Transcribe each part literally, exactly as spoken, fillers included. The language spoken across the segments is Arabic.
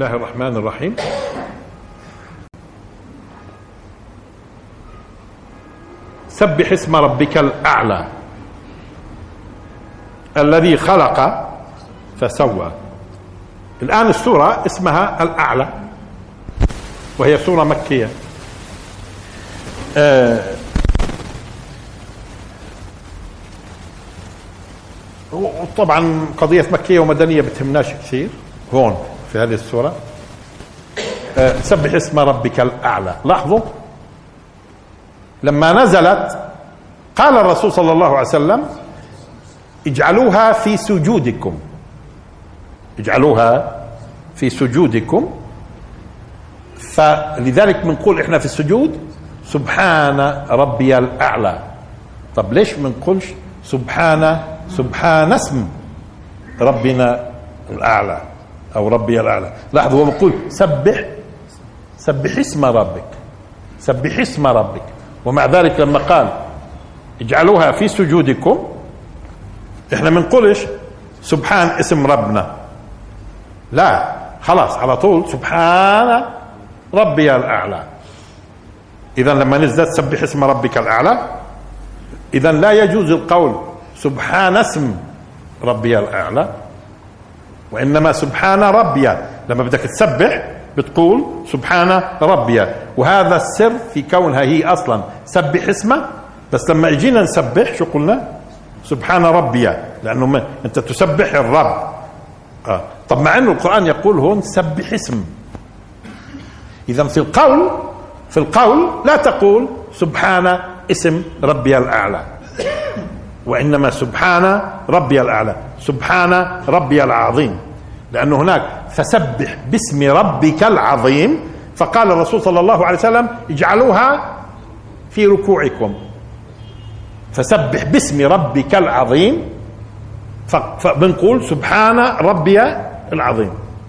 الله الرحمن الرحيم. سبح اسم ربك الأعلى الذي خلق فسوى. الآن السورة اسمها الأعلى وهي سورة مكية. آه طبعا قضية مكية ومدنية بتهمناش كثير هون في هذه السورة. آه سبح اسم ربك الأعلى. لاحظوا لما نزلت قال الرسول صلى الله عليه وسلم اجعلوها في سجودكم، اجعلوها في سجودكم. فلذلك بنقول احنا في السجود سبحان ربي الأعلى. طب ليش ما نقولش سبحان سبحان اسم ربنا الأعلى أو ربي الأعلى؟ لاحظوا هو بيقول سبح سبح اسم ربك، سبح اسم ربك. ومع ذلك لما قال اجعلوها في سجودكم احنا ما نقولش سبحان اسم ربنا، لا خلاص على طول سبحان ربي الأعلى. إذا لما نزلت سبح اسم ربك الأعلى إذا لا يجوز القول سبحان اسم ربي الأعلى، وإنما سبحان ربي. لما بدك تسبح بتقول سبحان ربي، وهذا السر في كونها هي أصلا سبح اسمه. بس لما اجينا نسبح شو قلنا؟ سبحان ربي، لأنه ما أنت تسبح الرب. آه. طب مع أنه القرآن يقول هون سبح اسم. إذا في القول في القول لا تقول سبحان اسم ربي الأعلى، وإنما سبحان ربي الأعلى، سبحان ربي العظيم. لأنه هناك فسبح باسم ربك العظيم، فقال الرسول صلى الله عليه وسلم اجعلوها في ركوعكم، فسبح باسم ربك العظيم. فبنقول سبحان ربي العظيم.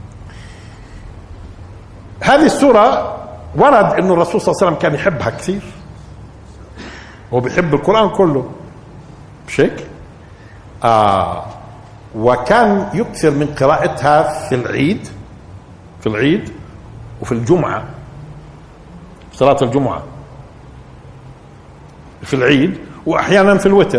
هذه السورة ورد أن الرسول صلى الله عليه وسلم كان يحبها كثير، هو بيحب القرآن كله بشكل آه وكان يكثر من قراءتها في العيد في العيد وفي الجمعة، صلاة الجمعة في العيد، وأحيانا في الوتر.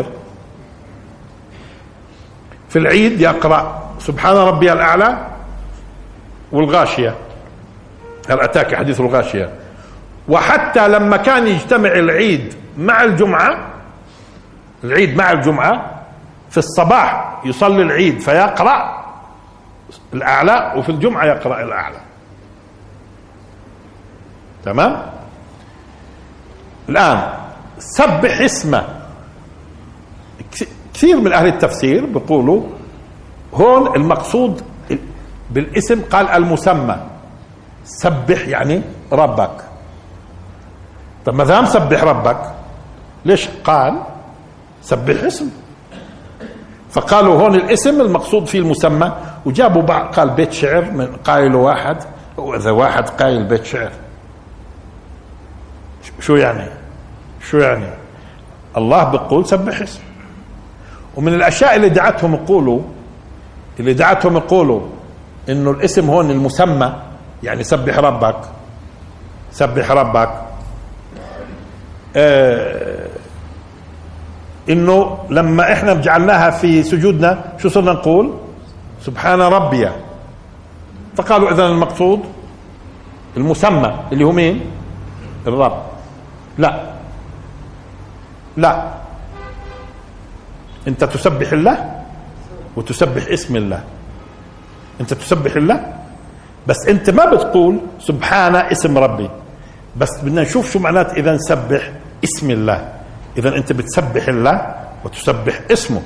في العيد يقرأ سبحان ربي الأعلى والغاشية، هل أتاك حديث الغاشية. وحتى لما كان يجتمع العيد مع الجمعة، العيد مع الجمعة في الصباح يصلي العيد فيقرأ الأعلى، وفي الجمعة يقرأ الأعلى. تمام. الآن سبح اسمه. كثير من أهل التفسير بيقولوا هون المقصود بالاسم قال المسمى، سبح يعني ربك. طب ما دام سبح ربك ليش قال سبح اسم؟ فقالوا هون الاسم المقصود فيه المسمى، وجابوا بعض قال بيت شعر من قايله واحد، واذا واحد قايل بيت شعر شو يعني؟ شو يعني؟ الله بيقول سبح اسم. ومن الاشياء اللي دعتهم يقولوا اللي دعتهم يقولوا انه الاسم هون المسمى، يعني سبح ربك سبح ربك آه انه لما احنا جعلناها في سجودنا شو صرنا نقول؟ سبحان ربي. فقالوا اذا المقصود المسمى اللي هو مين؟ الرب. لا لا انت تسبح الله وتسبح اسم الله. انت تسبح الله بس انت ما بتقول سبحان اسم ربي، بس بدنا نشوف شو معنات اذا نسبح اسم الله. اذا انت بتسبح الله وتسبح اسمه.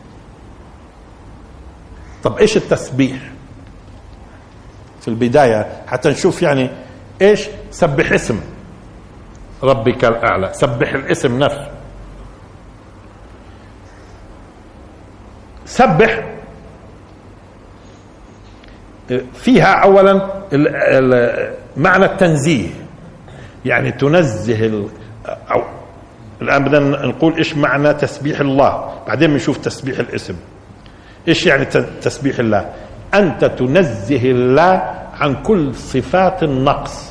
طب ايش التسبيح في البداية حتى نشوف يعني ايش سبح اسم ربك الأعلى؟ سبح الاسم نفسه. سبح فيها اولا معنى التنزيه، يعني تنزه. أو الآن بدنا نقول إيش معنى تسبيح الله، بعدين بنشوف تسبيح الاسم. إيش يعني تسبيح الله؟ أنت تنزه الله عن كل صفات النقص.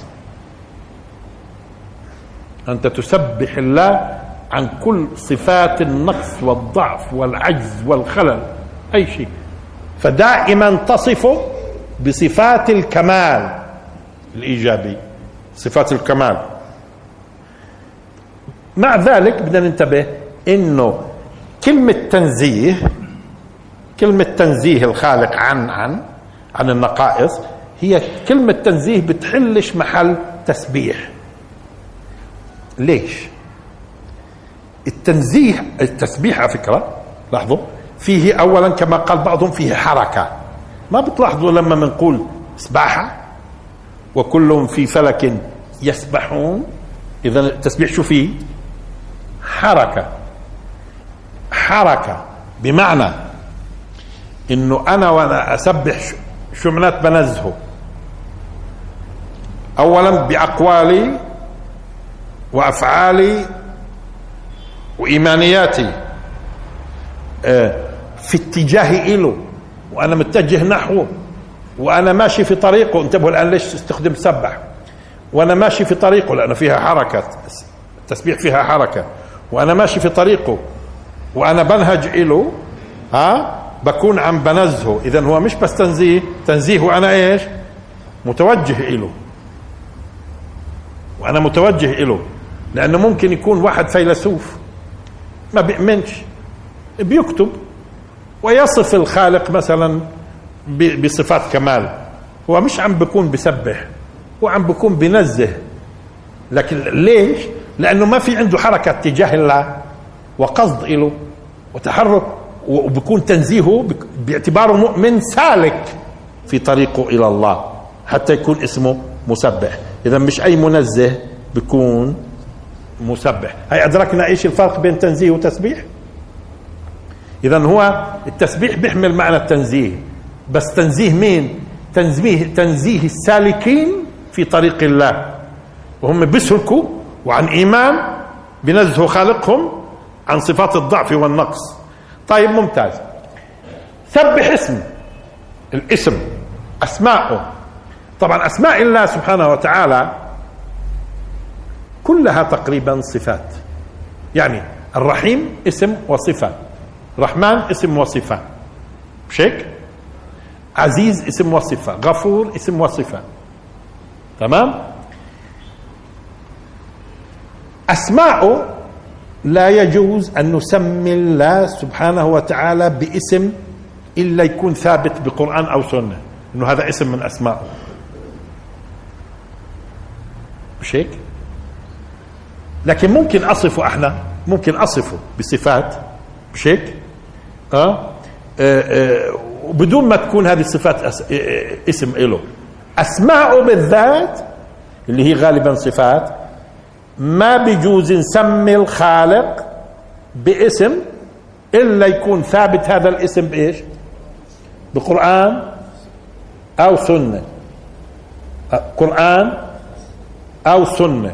أنت تسبح الله عن كل صفات النقص والضعف والعجز والخلل، أي شيء، فدائما تصفه بصفات الكمال الإيجابي، صفات الكمال. مع ذلك بدنا ننتبه إنه كلمة تنزيه، كلمة تنزيه الخالق عن عن عن النقائص، هي كلمة تنزيه بتحلش محل تسبيح. ليش؟ التنزيه التسبيح على فكرة لاحظوا فيه أولا كما قال بعضهم فيه حركة. ما بتلاحظوا لما بنقول سباحة وكلهم في فلك يسبحون؟ إذا التسبيح شو فيه؟ حركة. حركة بمعنى إنه أنا وأنا أسبح شو معنات بنزهه؟ أولا بأقوالي وأفعالي وإيمانياتي في اتجاهي إله، وأنا متجه نحوه، وأنا ماشي في طريقه. انتبهوا الآن ليش استخدم سبح. وأنا ماشي في طريقه لأنه فيها حركة، التسبيح فيها حركة. وأنا ماشي في طريقه وأنا بنهج إله، ها بكون عم بنزهه. إذن هو مش بس تنزيه، تنزيه وأنا إيش؟ متوجه إله، وأنا متوجه إله. لأنه ممكن يكون واحد فيلسوف ما بيؤمنش، بيكتب ويصف الخالق مثلا بصفات كمال، هو مش عم بكون بسبح، هو عم بكون بنزه. لكن ليش؟ لأنه ما في عنده حركة تجاه الله وقصد إله وتحرك، وبكون تنزيهه باعتباره مؤمن سالك في طريقه إلى الله حتى يكون اسمه مسبح. إذا مش أي منزه بيكون مسبح. هاي أدركنا إيش الفرق بين تنزيه وتسبيح؟ إذا هو التسبيح بيحمل معنى التنزيه، بس تنزيه مين؟ تنزيه تنزيه السالكين في طريق الله، وهم بيسلكوا وعن إيمان بنزهوا خالقهم عن صفات الضعف والنقص. طيب ممتاز. سبح اسم، الاسم أسماءه. طبعا أسماء الله سبحانه وتعالى كلها تقريبا صفات، يعني الرحيم اسم وصفة، رحمن اسم وصفة، مش هيك؟ عزيز اسم وصفة، غفور اسم وصفة، تمام؟ أسماءه لا يجوز أن نسمي الله سبحانه وتعالى باسم إلا يكون ثابت بقرآن أو سنة إنه هذا اسم من أسماءه، مش هيك؟ لكن ممكن أصفه احنا، ممكن أصفه بصفات، مش هيك؟ أه؟ أه أه وبدون ما تكون هذه الصفات أس... أه اسم إله. أسماءه بالذات اللي هي غالبا صفات ما بيجوز نسمي الخالق باسم إلا يكون ثابت هذا الاسم بإيش؟ بقرآن أو سنة، قرآن أو سنة.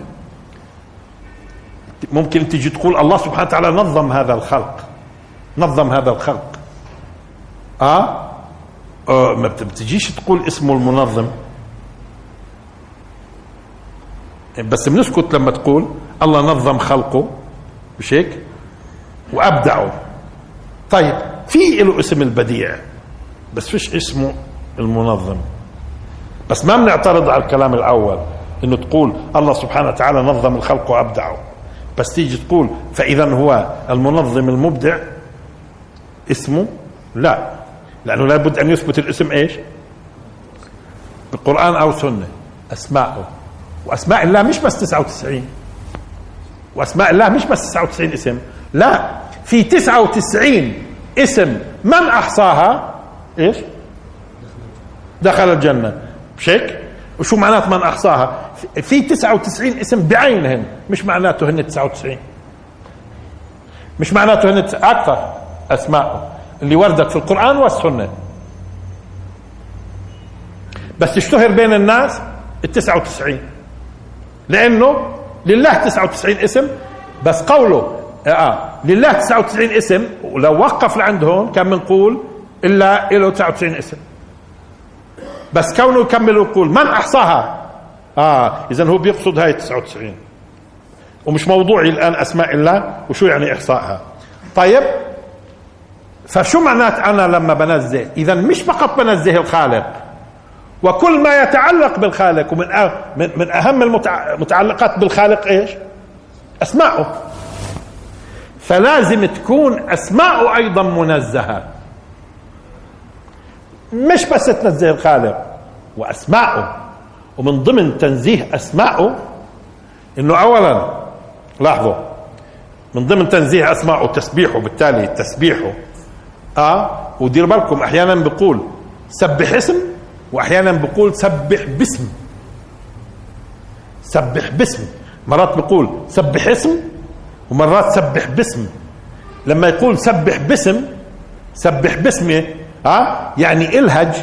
ممكن تيجي تقول الله سبحانه وتعالى نظم هذا الخلق، نظم هذا الخلق، آه, آه ما بتجيش تقول اسمه المنظم، بس بنسكت لما تقول الله نظم خلقه، مش هيك؟ وأبدعه. طيب في له اسم البديع بس فيش اسمه المنظم. بس ما بنعترض على الكلام الأول إنه تقول الله سبحانه وتعالى نظم الخلق وأبدعه، بس تيجي تقول فإذا هو المنظم المبدع اسمه؟ لا، لأنه لابد أن يثبت الاسم إيش؟ بالقرآن أو سنة. أسماءه، وأسماء الله مش بس تسعة وتسعين، وأسماء الله مش بس تسعة وتسعين اسم، لا، في تسعة وتسعين اسم من أحصاها إيش؟ دخل الجنة، مش هيك؟ وشو معنات من أحصاها؟ في تسعة وتسعين اسم بعينهن، مش معناته هن تسعة وتسعين، مش معناته هن أكثر أسماء اللي وردت في القرآن والسنة، بس اشتهر بين الناس التسعة وتسعين، لأنه لله تسعة وتسعين اسم، بس قوله آه لله تسعة وتسعين اسم، ولو وقف لعندهم كان بنقول إلا له تسعة وتسعين اسم. بس كونه يكمل ويقول من احصاها، اه اذا هو بيقصد هاي تسعة وتسعين، ومش موضوعي الان اسماء الله وشو يعني احصائها. طيب فشو معنات انا لما بنزه؟ اذا مش فقط بنزه الخالق وكل ما يتعلق بالخالق، ومن من اهم المتعلقات بالخالق ايش؟ اسماءه. فلازم تكون اسماءه ايضا منزهه، مش بس تنزه الخالق واسماءه. ومن ضمن تنزيه اسماءه انه اولا لاحظوا من ضمن تنزيه اسماءه تسبيحه، بالتالي تسبيحه اه ودير بالكم احيانا بقول سبح اسم واحيانا بقول سبح باسم. سبح باسم مرات بقول سبح اسم ومرات سبح باسم. لما يقول سبح باسم سبح باسمه اه يعني الهج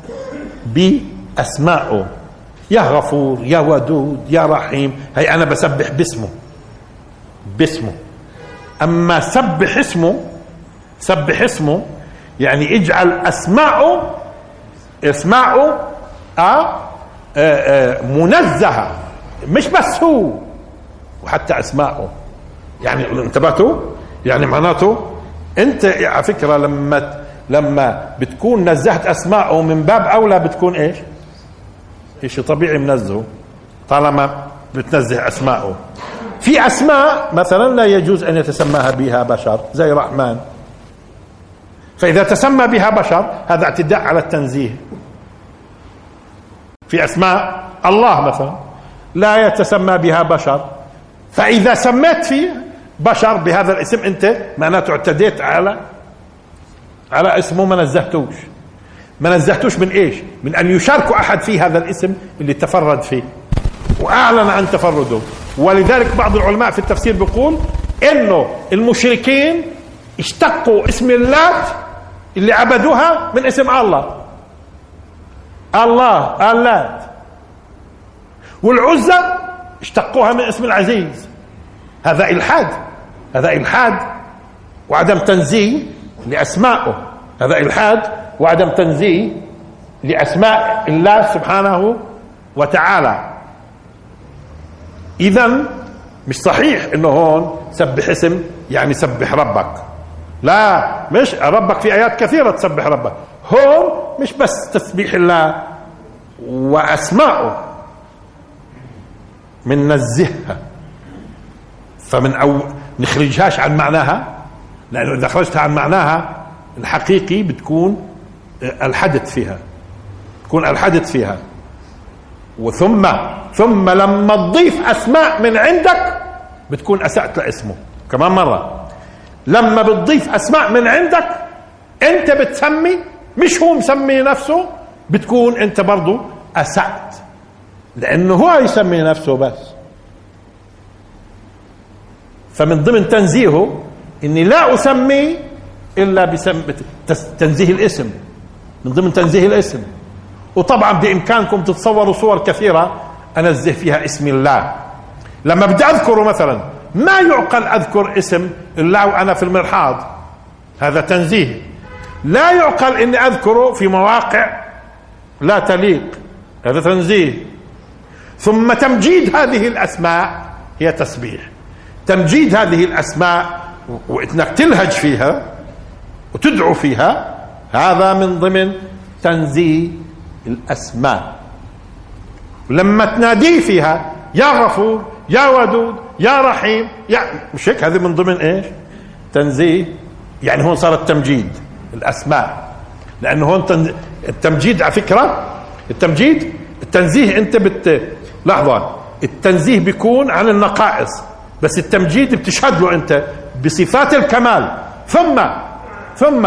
باسمائه، يا غفور يا ودود يا رحيم، هي انا بسبح باسمه باسمه. اما سبح اسمه سبح اسمه يعني اجعل اسماءه اسماءه آه آه آه منزهه، مش بس هو وحتى اسماءه. يعني انتبهتوا؟ يعني معناته انت على فكره لما لما بتكون نزهت اسماءه من باب اولى بتكون ايش؟ شيء طبيعي منزهه طالما بتنزه اسماءه. في اسماء مثلا لا يجوز ان يتسماها بها بشر زي رحمن، فاذا تسمى بها بشر هذا اعتداء على التنزيه. في اسماء الله مثلا لا يتسمى بها بشر، فاذا سميت فيه بشر بهذا الاسم انت معناته اعتديت على على اسمه، ما نزهتوش. ما نزهتوش من ايش؟ من ان يشاركوا احد في هذا الاسم اللي تفرد فيه واعلن عن تفرده. ولذلك بعض العلماء في التفسير بيقول انه المشركين اشتقوا اسم اللات اللي عبدوها من اسم الله، الله اللات، والعزى اشتقوها من اسم العزيز. هذا الحاد، هذا الحاد وعدم تنزيه لاسمائه، هذا الحاد وعدم تنزيه لاسماء الله سبحانه وتعالى. اذا مش صحيح انه هون سبح اسم يعني سبح ربك، لا مش ربك في ايات كثيره تسبح ربك. هون مش بس تسبيح الله واسماءه من نزهها، فمن او نخرجهاش عن معناها، لانه اذا خرجتها عن معناها الحقيقي بتكون الحدث فيها، تكون الحدث فيها. وثم ثم لما تضيف اسماء من عندك بتكون اسأت لاسمه. كمان مره لما بتضيف اسماء من عندك انت بتسمي، مش هو مسمي نفسه، بتكون انت برضو اسأت، لانه هو يسمي نفسه بس. فمن ضمن تنزيهه اني لا اسمي الا بسم تنزيه الاسم، من ضمن تنزيه الاسم. وطبعا بامكانكم تتصوروا صور كثيره انزه فيها اسم الله. لما بدي اذكره مثلا ما يعقل اذكر اسم الله وانا في المرحاض، هذا تنزيه. لا يعقل اني اذكره في مواقع لا تليق، هذا تنزيه. ثم تمجيد هذه الاسماء هي تسبيح. تمجيد هذه الاسماء وانك تلهج فيها وتدعو فيها هذا من ضمن تنزيه الاسماء. لما تناديه فيها يا غفور يا ودود يا رحيم يا مش هيك، هذه من ضمن ايش؟ تنزيه. يعني هون صار التمجيد الاسماء، لانه هون التمجيد على فكره التمجيد التنزيه انت بت لحظه التنزيه بيكون عن النقائص، بس التمجيد بتشهد له انت بصفات الكمال. ثم ثم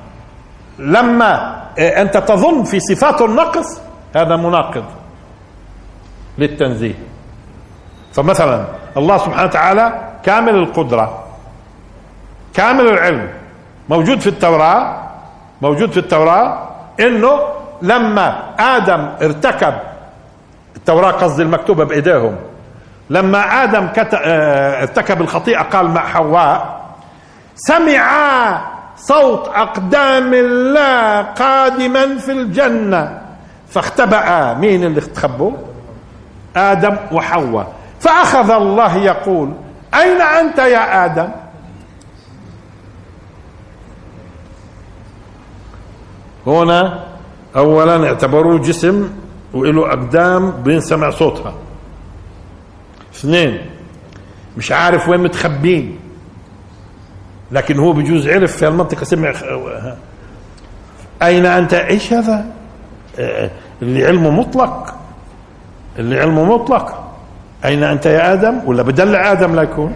لما انت تظن في صفات النقص هذا مناقض للتنزيه. فمثلا الله سبحانه وتعالى كامل القدرة كامل العلم، موجود في التوراة موجود في التوراة انه لما ادم ارتكب، التوراة قصدي المكتوبة بايديهم، لما ادم ارتكب الخطيئة قال مع حواء سمع صوت اقدام الله قادما في الجنة فاختبأ. مين اللي اختبوا؟ آدم وحواء. فأخذ الله يقول أين أنت يا آدم؟ هنا أولا اعتبروه جسم وله أقدام بينسمع صوتها. اثنين مش عارف وين متخبين، لكن هو بجوز عرف في المنطقة سمع. أين أنت؟ إيش هذا اللي علمه مطلق، اللي علمه مطلق. أين أنت يا آدم؟ ولا بدلع آدم لا يكون.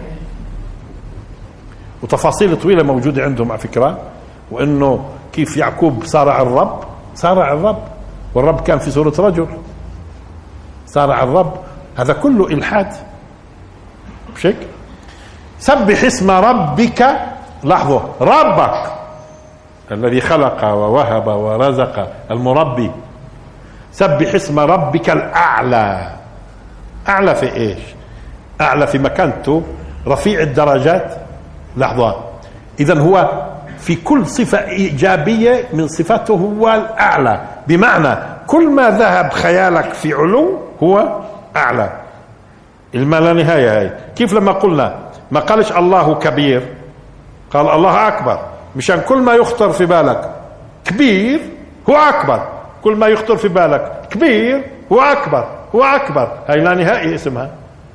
وتفاصيل طويلة موجودة عندهم على فكرة، وإنه كيف يعقوب صارع الرب، صارع الرب والرب كان في صورة رجل، صارع الرب. هذا كله إلحاد بشك. سبح اسم ربك، لاحظوا ربك الذي خلق ووهب ورزق، المربي. سبح اسم ربك الأعلى. أعلى في إيش؟ أعلى في مكانته، رفيع الدرجات. لحظة، إذن هو في كل صفة إيجابية من صفاته هو الأعلى، بمعنى كل ما ذهب خيالك في علو هو أعلى. الما لا نهاية هاي. كيف لما قلنا ما قالش الله كبير، قال الله أكبر، مشان كل ما يخطر في بالك كبير هو أكبر، كل ما يخطر في بالك كبير هو أكبر، هو أكبر. هاي لا نهاية اسمها،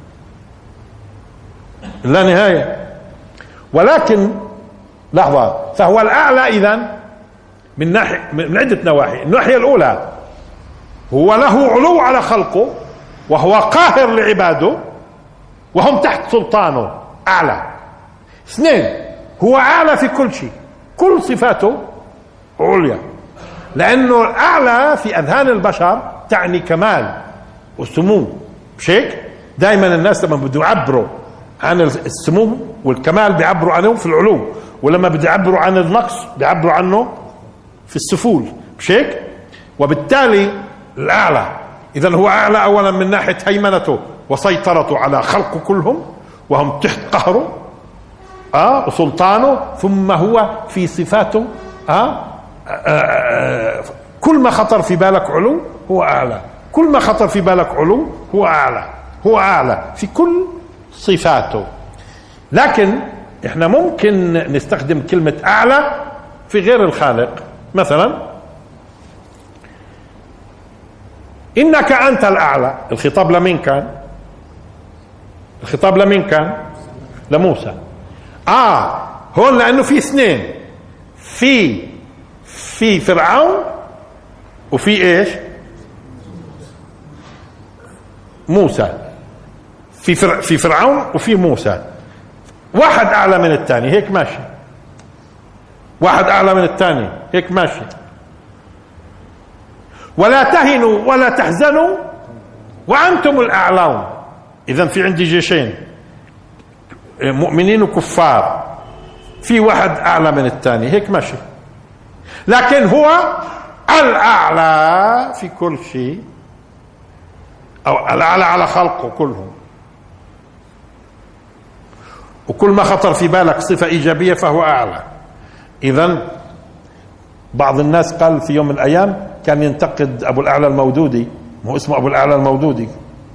لا نهاية. ولكن لحظة، فهو الأعلى إذن من ناحية، من عدة نواحي. الناحية الأولى هو له علو على خلقه، وهو قاهر لعباده وهم تحت سلطانه، أعلى. اثنين، هو أعلى في كل شيء، كل صفاته عليا، لأنه الأعلى في أذهان البشر تعني كمال والسمو. مش هيك؟ دائما الناس لما بدهم يعبروا عن السمو والكمال بيعبروا عنه في العلو، ولما بدهم يعبروا عن النقص بيعبروا عنه في السفول. مش هيك؟ وبالتالي الأعلى إذن هو أعلى أولا من ناحية هيمنته وسيطرته على خلقه كلهم وهم تحت قهره آه وسلطانه. ثم هو في صفاته آه آه آه كل ما خطر في بالك علو هو أعلى، كل ما خطر في بالك علو هو أعلى، هو أعلى في كل صفاته. لكن احنا ممكن نستخدم كلمة أعلى في غير الخالق. مثلا إنك أنت الأعلى، الخطاب لمين كان؟ الخطاب لمين كان؟ لموسى. آه هون لأنه في اثنين، في في فرعون وفي إيش؟ موسى. في فر... في فرعون وفي موسى، واحد أعلى من الثاني، هيك ماشي، واحد أعلى من الثاني، هيك ماشي. ولا تهنوا ولا تحزنوا وأنتم الأعلون. إذن في عندي جيشين، مؤمنين وكفار، في واحد أعلى من الثاني، هيك ماشي. لكن هو الأعلى في كل شيء، أو الأعلى على خلقه كلهم. وكل ما خطر في بالك صفة إيجابية فهو أعلى. إذن بعض الناس قال في يوم من الأيام كان ينتقد أبو الأعلى المودودي، هو اسمه أبو الأعلى المودودي،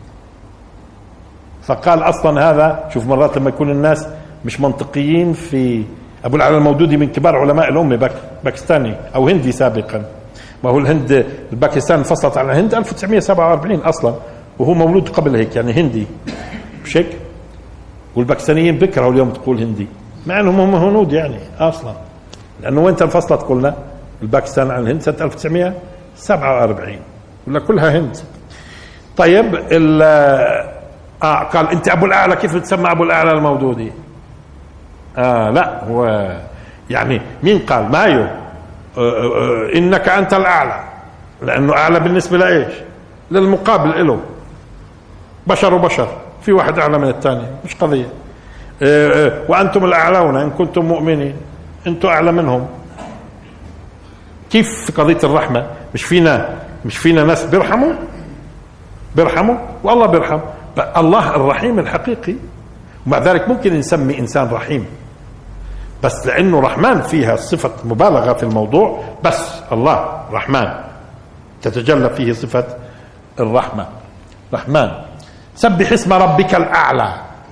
فقال أصلا هذا، شوف مرات لما يكون الناس مش منطقيين، في أبو الأعلى المودودي من كبار علماء الأمة، باك باكستاني أو هندي سابقا، ما هو الهند الباكستان انفصلت عن الهند ألف وتسعمئة وسبعة وأربعين أصلا، وهو مولود قبل هيك يعني هندي مش هيك؟ والباكستانيين بكرهوا اليوم تقول هندي مع انهم هم هنود يعني اصلا، لانه وين انفصلت قلنا الباكستان عن الهند سنه ألف وتسعمئة وسبعة وأربعين، ولا كلها هند. طيب ال اه قال انت ابو الاعلى، كيف تسمى ابو الاعلى المودودي؟ اه لا هو يعني مين قال؟ مايو آه آه انك انت الاعلى، لانه اعلى بالنسبه لايش؟ للمقابل له، بشر وبشر، في واحد اعلى من الثاني، مش قضيه. آه آه وانتم الاعلون ان كنتم مؤمنين، انتم اعلى منهم. كيف في قضيه الرحمه؟ مش فينا مش فينا ناس بيرحموا بيرحموا والله بيرحم، الله الرحيم الحقيقي، ومع ذلك ممكن نسمي انسان رحيم، بس لانه رحمن فيها صفه مبالغه في الموضوع، بس الله رحمن تتجلى فيه صفة الرحمة. رحمن. سبح اسم ربك الأعلى.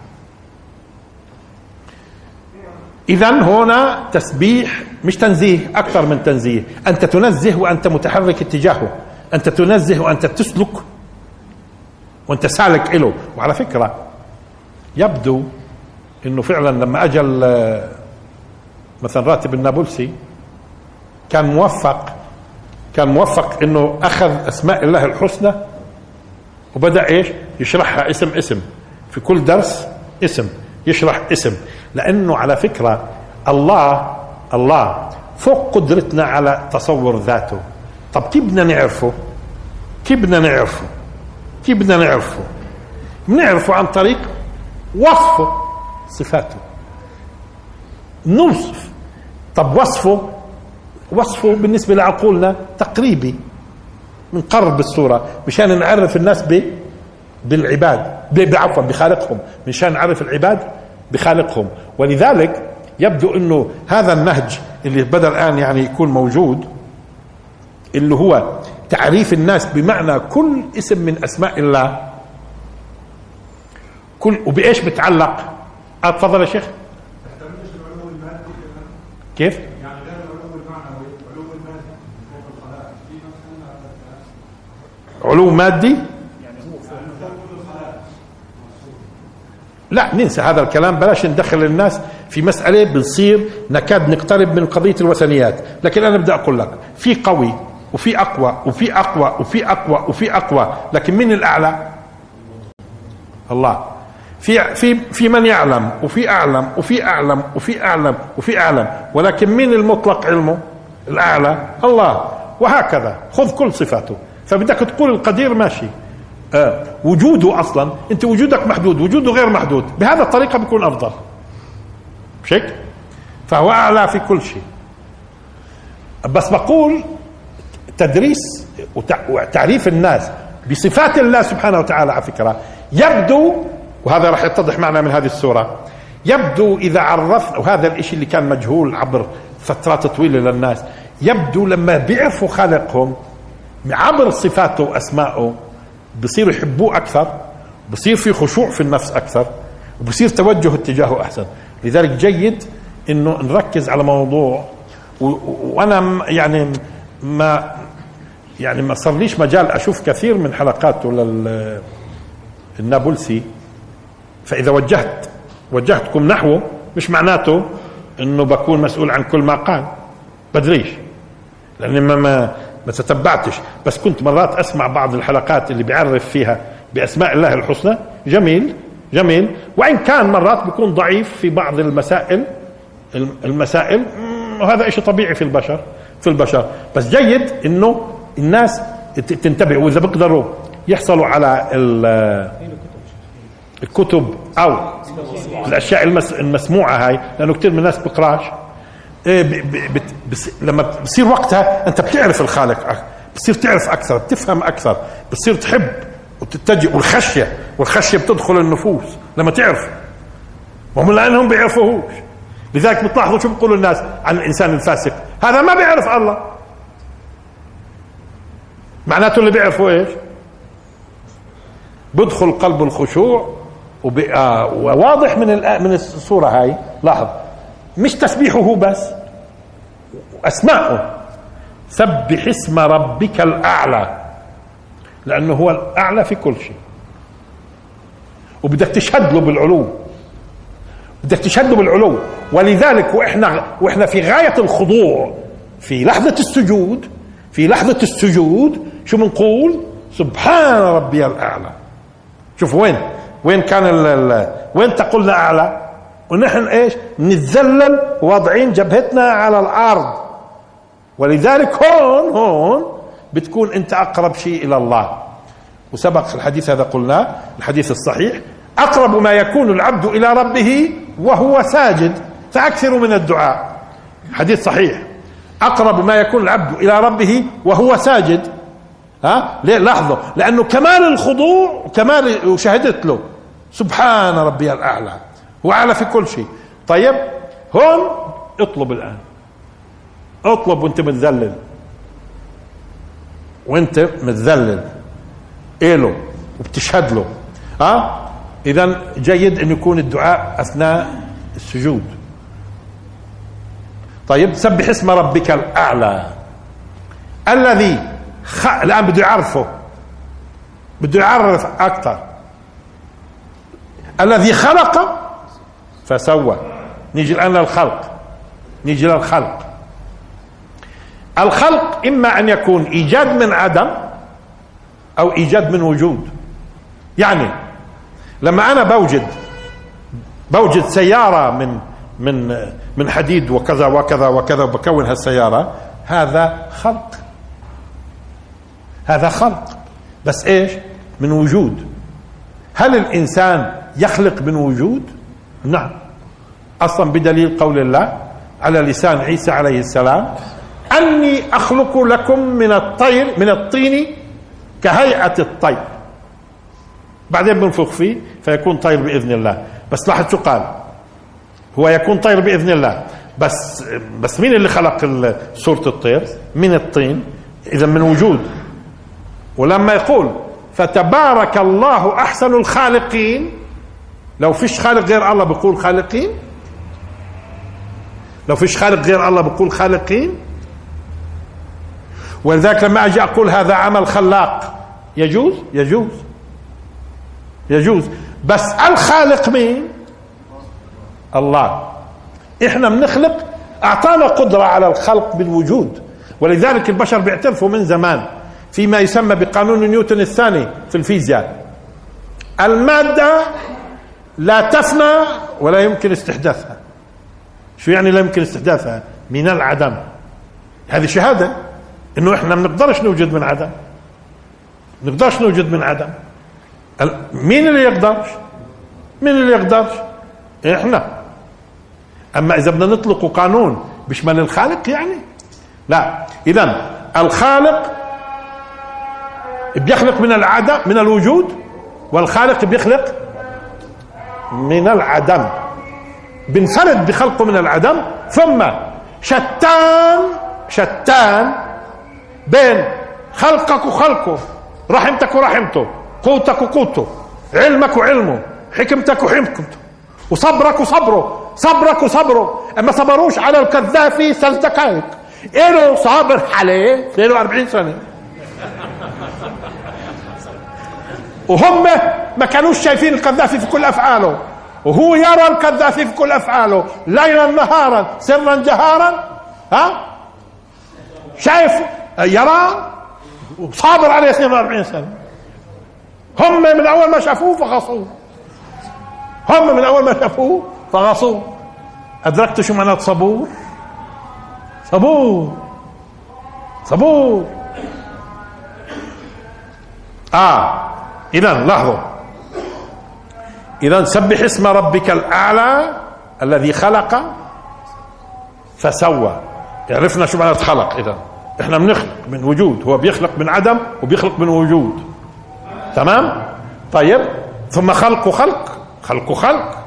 إذن هنا تسبيح مش تنزيه، أكثر من تنزيه. أنت تنزه وأنت متحرك اتجاهه، أنت تنزه وأنت تسلك وأنت سالك إله. وعلى فكرة يبدو إنه فعلا لما أجل مثلا راتب النابلسي كان موفق كان موفق إنه أخذ أسماء الله الحسنى وبدأ إيش يشرحها اسم اسم، في كل درس اسم يشرح اسم، لأنه على فكرة الله الله فوق قدرتنا على تصور ذاته. طب كيف بدنا نعرفه؟ كيف بدنا نعرفه؟ كيف بدنا نعرفه؟ بنعرفه عن طريق وصفه، صفاته، نوصف. طب وصفه وصفه بالنسبة لعقولنا تقريبي، بنقرب بالصورة مشان نعرف الناس ب بالعباد بعفوا بخالقهم، مشان نعرف العباد بخالقهم. ولذلك يبدو انه هذا النهج اللي بدأ الآن يعني يكون موجود، اللي هو تعريف الناس بمعنى كل اسم من أسماء الله، كل وبإيش بتعلق. اتفضل يا شيخ. كيف؟ يعني غير العلو المعنوي، علو المادي فوق الخلائق، في مثلا علو مادي يعني هو فوق الخلائق. لا ننسى هذا الكلام، بلاش ندخل الناس في مسألة بنصير نكاد نقترب من قضية الوثنيات. لكن أنا بدي أقول لك في قوي وفي أقوى وفي أقوى وفي أقوى وفي أقوى، لكن من الأعلى؟ الله. في في في من يعلم وفي أعلم وفي أعلم وفي أعلم وفي أعلم، ولكن من المطلق علمه الأعلى؟ الله. وهكذا خذ كل صفاته. فبدك تقول القدير ماشي، آه. وجوده أصلا أنت وجودك محدود، وجوده غير محدود، بهذا الطريقة بيكون أفضل، مش هيك؟ فهو أعلى في كل شيء. بس بقول تدريس وتعريف الناس بصفات الله سبحانه وتعالى على فكرة يبدو، وهذا راح يتضح معنا من هذه السورة، يبدو إذا عرفنا، وهذا الإشي اللي كان مجهول عبر فترات طويلة للناس، يبدو لما بيعرفوا خالقهم عبر صفاته وأسمائه بصيروا يحبوه أكثر، بصير في خشوع في النفس أكثر، وبصير توجه اتجاهه أحسن. لذلك جيد إنه نركز على موضوع، وأنا يعني ما يعني ما صار ليش مجال أشوف كثير من حلقاته للنابلسي، فإذا وجهت وجهتكم نحوه مش معناته إنه بكون مسؤول عن كل ما قال، بدريش، لأني ما ما ما تتبعتش، بس كنت مرات أسمع بعض الحلقات اللي بيعرف فيها بأسماء الله الحسنى. جميل جميل، وإن كان مرات بيكون ضعيف في بعض المسائل المسائل وهذا إشي طبيعي في البشر في البشر بس جيد إنه الناس تنتبه، وإذا بيقدروا يحصلوا على الكتب أو الأشياء المسموعة هاي، لأنه كتير من الناس بقراش. لما بصير وقتها أنت بتعرف الخالق، بتصير تعرف أكثر، بتفهم أكثر، بتصير تحب وتتجه، والخشية والخشية بتدخل النفوس لما تعرف، وهم لأنهم بيعرفوهوش. لذلك بتلاحظوا شو بيقولوا الناس عن الإنسان الفاسق، هذا ما بيعرف الله. معناته اللي بيعرفوا إيش؟ بدخل قلب الخشوع، وواضح من من الصورة هاي. لاحظ مش تسبيحه بس، أسماءه. سبح اسم ربك الأعلى، لأنه هو الأعلى في كل شيء، وبدك تشهد له بالعلو، بدك تشهد له بالعلو. ولذلك وإحنا وإحنا في غاية الخضوع في لحظة السجود في لحظة السجود شو بنقول؟ سبحان ربي الأعلى. شوف وين وين كان ال ال وين تقولنا أعلى، ونحن إيش نتذلل واضعين جبهتنا على الأرض. ولذلك هون هون بتكون أنت أقرب شيء إلى الله. وسبق الحديث هذا قلناه، الحديث الصحيح، أقرب ما يكون العبد إلى ربه وهو ساجد فأكثر من الدعاء. حديث صحيح، أقرب ما يكون العبد إلى ربه وهو ساجد. ها ليه؟ لاحظوا، لأنه كمال الخضوع وكمال وشهدت له سبحان ربي الأعلى، هو أعلى في كل شيء. طيب هون اطلب الآن، اطلب وانت متذلل، وانت متذلل إله وبتشهد له. ها اذا جيد ان يكون الدعاء اثناء السجود. طيب سبح اسم ربك الاعلى الذي خ... الان بده يعرفه، بده يعرف اكثر. الذي خلق فسوى. نيجي الان للخلق، نيجي للخلق. الخلق اما ان يكون ايجاد من عدم او ايجاد من وجود. يعني لما انا بوجد بوجد سيارة من من من حديد وكذا وكذا وكذا وبكون هالسيارة، هذا خلق، هذا خلق. بس ايش؟ من وجود. هل الانسان يخلق من وجود؟ نعم، اصلا بدليل قول الله على لسان عيسى عليه السلام: اني اخلق لكم من الطير من الطين كهيئة الطير. بعدين بنفخ فيه فيكون طير باذن الله. بس لاحظ شو قال، هو يكون طير باذن الله، بس بس مين اللي خلق صورة الطير؟ من الطين، اذا من وجود. ولما يقول فتبارك الله احسن الخالقين، لو فيش خالق غير الله بقول خالقين؟ لو فيش خالق غير الله بقول خالقين؟ ولذلك لما اجي اقول هذا عمل خلاق يجوز؟ يجوز يجوز. بس الخالق مين؟ الله. احنا بنخلق، اعطانا قدرة على الخلق بالوجود. ولذلك البشر بيعترفوا من زمان فيما يسمى بقانون نيوتن الثاني في الفيزياء: المادة لا تفنى ولا يمكن استحداثها. شو يعني لا يمكن استحداثها؟ من العدم. هذه شهادة انه احنا ما بنقدرش نوجد من عدم، ما نقدرش نوجد من عدم. مين اللي يقدرش؟ مين اللي يقدرش؟ احنا. اما اذا بدنا نطلق قانون بيشمل الخالق يعني لا. اذا الخالق بيخلق من العدم، من الوجود، والخالق بيخلق من العدم، بنفرد بخلقه من العدم. ثم شتان شتان بين خلقك وخلقه، رحمتك ورحمته، قوتك وقوته، علمك وعلمه، حكمتك وحكمته، وصبرك وصبره، صبرك وصبره. اما صبروش على القذافي ثلاث دقائق، إله صابر عليه اثنين وأربعين سنة، وهم ما كانوش شايفين القذافي في كل افعاله، وهو يرى القذافي في كل افعاله ليلا نهارا سرا جهارا. ها شايف، يرى، وصابر عليه اثنين وأربعين سنة. هم من اول ما شافوه فغصوه، هم من اول ما شافوه فغصوه. ادركتوا شو معنات صبور؟ صبور صبور. اه اذا لاحظوا، اذا سبح اسم ربك الاعلى الذي خلق فسوى. عرفنا شو معنات خلق. اذا احنا بنخلق من وجود، هو بيخلق من عدم وبيخلق من وجود. تمام؟ طيب، ثم خلق خلق خلق خلق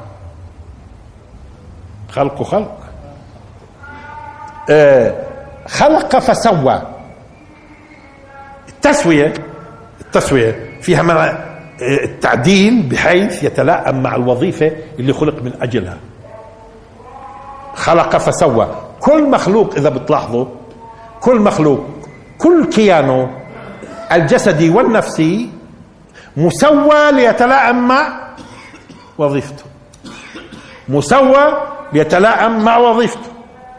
خلق خلق آه خلق فسوى. التسوية التسوية فيها معنى التعديل بحيث يتلائم مع الوظيفة اللي خلق من أجلها. خلق فسوى. كل مخلوق إذا بتلاحظوا، كل مخلوق، كل كيانه الجسدي والنفسي مسوى ليتلائم مع وظيفته، مسوى ليتلائم مع وظيفته.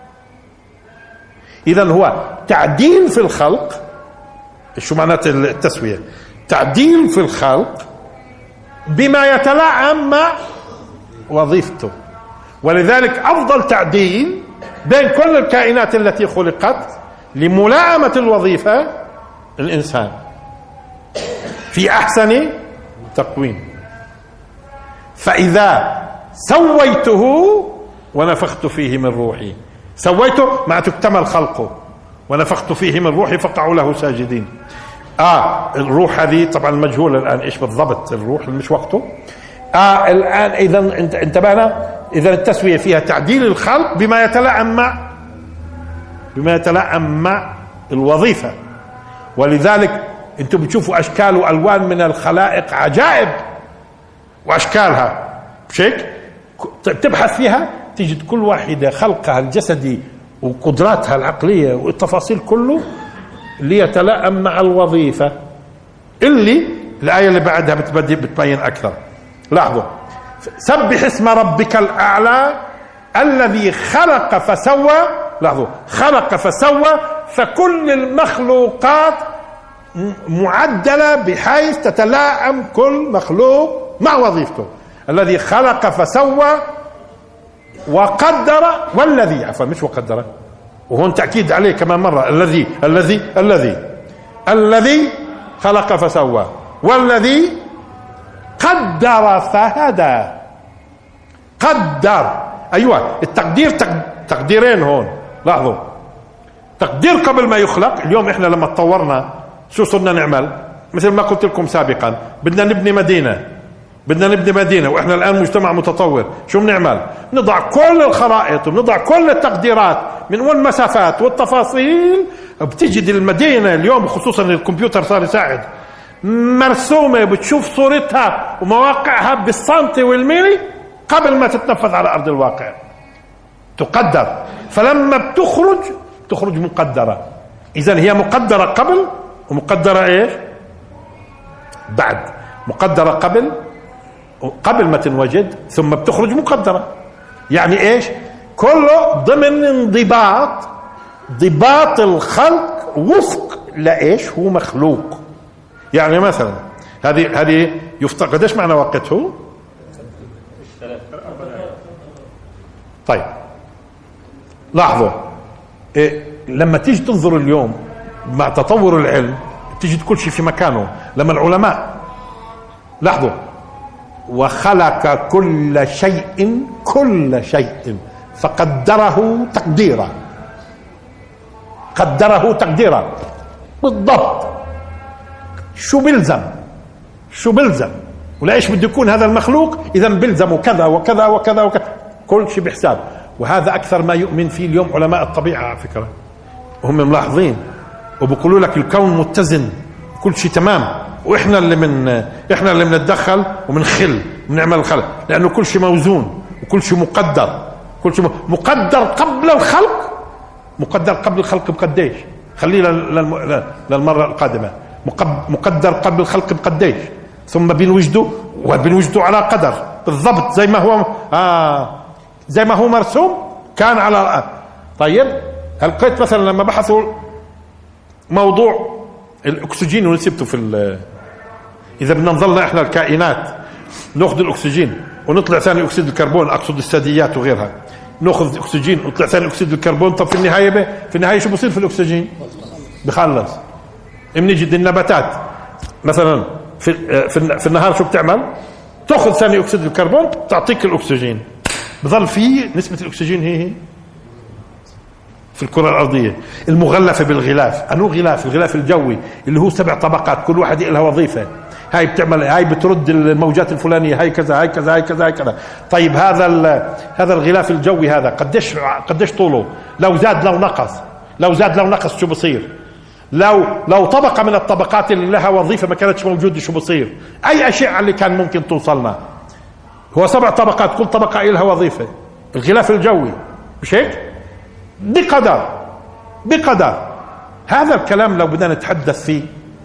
إذن هو تعديل في الخلق. شو معنات التسوية؟ تعديل في الخلق بما يتلائم مع وظيفته. ولذلك أفضل تعديل بين كل الكائنات التي خلقت لملائمة الوظيفة الإنسان في أحسن تقويم. فإذا سويته ونفخت فيه من روحي، سويته معناته اكتمل خلقه، ونفخت فيه من روحي فقعوا له ساجدين. اه الروح هذه طبعا مجهولة الآن ايش بالضبط الروح، مش وقته. اه الآن إذا انتبهنا، إذا التسوية فيها تعديل الخلق بما يتلائم مع بما يتلائم مع الوظيفة. ولذلك انتم بتشوفوا اشكال والوان من الخلائق عجائب واشكالها، مش هيك؟ بتبحث فيها تجد كل واحده خلقها الجسدي وقدراتها العقليه والتفاصيل كله ليتلائم مع الوظيفه اللي الايه اللي بعدها بتبين اكثر. لاحظوا: سبح اسم ربك الاعلى الذي خلق فسوى. لاحظوا: خلق فسوى، فكل المخلوقات معدله بحيث تتلائم كل مخلوق مع وظيفته. الذي خلق فسوى وقدر، والذي عفوا مش وقدر، وهون تأكيد عليه كمان مرة: الذي الذي الذي الذي خلق فسوى والذي قدر فهدى. قدر، ايوه التقدير تقديرين هون. لاحظوا: تقدير قبل ما يخلق. اليوم احنا لما تطورنا شو صرنا نعمل؟ مثل ما قلت لكم سابقا، بدنا نبني مدينة بدنا نبني مدينة واحنا الان مجتمع متطور. شو بنعمل؟ نضع كل الخرائط ونضع كل التقديرات من والمسافات والتفاصيل. بتجد المدينة اليوم خصوصا الكمبيوتر صار يساعد، مرسومة، بتشوف صورتها ومواقعها بالسنتي والميلي قبل ما تتنفذ على ارض الواقع. تقدر، فلما بتخرج تخرج مقدرة. اذا هي مقدرة قبل ومقدرة ايش؟ بعد. مقدرة قبل قبل ما تنوجد، ثم بتخرج مقدرة. يعني ايش؟ كله ضمن انضباط ضباط الخلق وفق لايش هو مخلوق. يعني مثلا هذه هذه يفترض قديش معنى وقته؟ طيب لاحظوا إيه لما تيجي تنظر اليوم مع تطور العلم تجد كل شيء في مكانه. لما العلماء لاحظوا: وخلق كل شيء كل شيء فقدره تقديرا. قدره تقديرا بالضبط. شو بلزم شو بلزم وليش بده يكون هذا المخلوق؟ اذا بلزمه كذا وكذا وكذا وكذا، كل شيء بحساب. وهذا اكثر ما يؤمن فيه اليوم علماء الطبيعه على فكره، وهم ملاحظين وبقولوا لك الكون متزن، كل شيء تمام، واحنا اللي من احنا اللي بنتدخل وبنخل بنعمل الخلق، لانه كل شيء موزون وكل شيء مقدر. كل شيء مقدر قبل الخلق. مقدر قبل الخلق بقديش؟ خليه للمره القادمه. مقدر قبل الخلق بقديش؟ ثم بنوجده وبنوجده على قدر بالضبط زي ما هو آه زي ما هو مرسوم كان على. طيب هل لقيت مثلا لما بحثوا موضوع الاكسجين ونسبته في اذا بدنا نظلنا احنا الكائنات ناخذ الاكسجين ونطلع ثاني اكسيد الكربون، اقصد الثدييات وغيرها، ناخذ اكسجين ونطلع ثاني اكسيد الكربون، طب في النهايه به في النهايه شو بصير في الاكسجين؟ بخلص. بنجد النباتات مثلا في في النهار شو بتعمل؟ تاخذ ثاني اكسيد الكربون تعطيك الاكسجين، بظل في نسبه الاكسجين هي هي في الكرة الأرضية المغلفة بالغلاف. أنو غلاف؟ الغلاف الجوي اللي هو سبع طبقات كل واحد لها وظيفة. هاي بتعمل، هاي بترد الموجات الفلانية، هاي كذا هاي كذا هاي كذا هاي كذا. طيب هذا هذا الغلاف الجوي هذا قديش قديش طوله؟ لو زاد لو نقص لو زاد لو نقص شو بصير؟ لو لو طبقة من الطبقات اللي لها وظيفة ما كانتش موجودة شو بصير؟ أي أشياء اللي كان ممكن توصلنا. هو سبع طبقات كل طبقة لها وظيفة. الغلاف الجوي مش هيك؟ بقدر بقدر. هذا الكلام لو بدنا نتحدث فيه،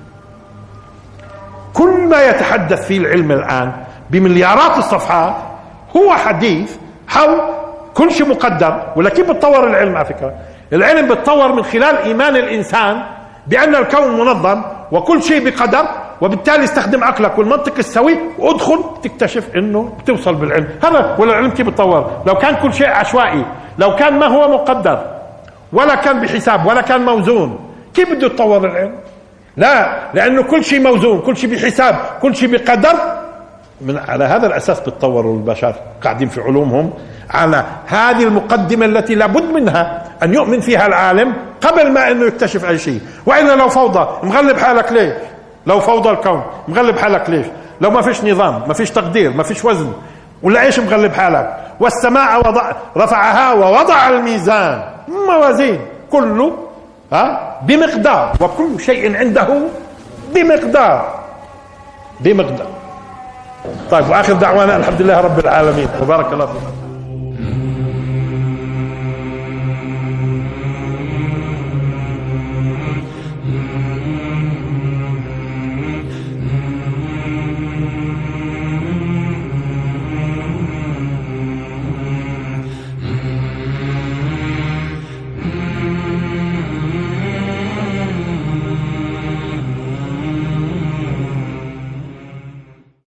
كل ما يتحدث فيه العلم الآن بمليارات الصفحات هو حديث حول كل شيء مقدر. ولا كيف بتطور العلم؟ على فكرة العلم بتطور من خلال إيمان الإنسان بأن الكون منظم وكل شيء بقدر، وبالتالي استخدم عقلك والمنطق السوي وادخل تكتشف انه بتوصل بالعلم. هذا ولا العلم كيف بتطور؟ لو كان كل شيء عشوائي، لو كان ما هو مقدر ولا كان بحساب ولا كان موزون، كيف بده يتطور العلم؟ لا، لانه كل شيء موزون، كل شيء بحساب، كل شيء بقدر. من على هذا الاساس بتطوروا البشر، قاعدين في علومهم على هذه المقدمة التي لابد منها ان يؤمن فيها العالم قبل ما انه يكتشف اي شيء. والا لو فوضى مغلب حالك ليش؟ لو فوضى الكون مغلب حالك ليش؟ لو ما فيش نظام، ما فيش تقدير، ما فيش وزن، ولا ايش مغلب حالك؟ والسماء وضع رفعها ووضع الميزان، موازين كله ها بمقدار، وكل شيء عنده بمقدار بمقدار. طيب، واخر دعوانا الحمد لله رب العالمين، وبارك الله فيكم.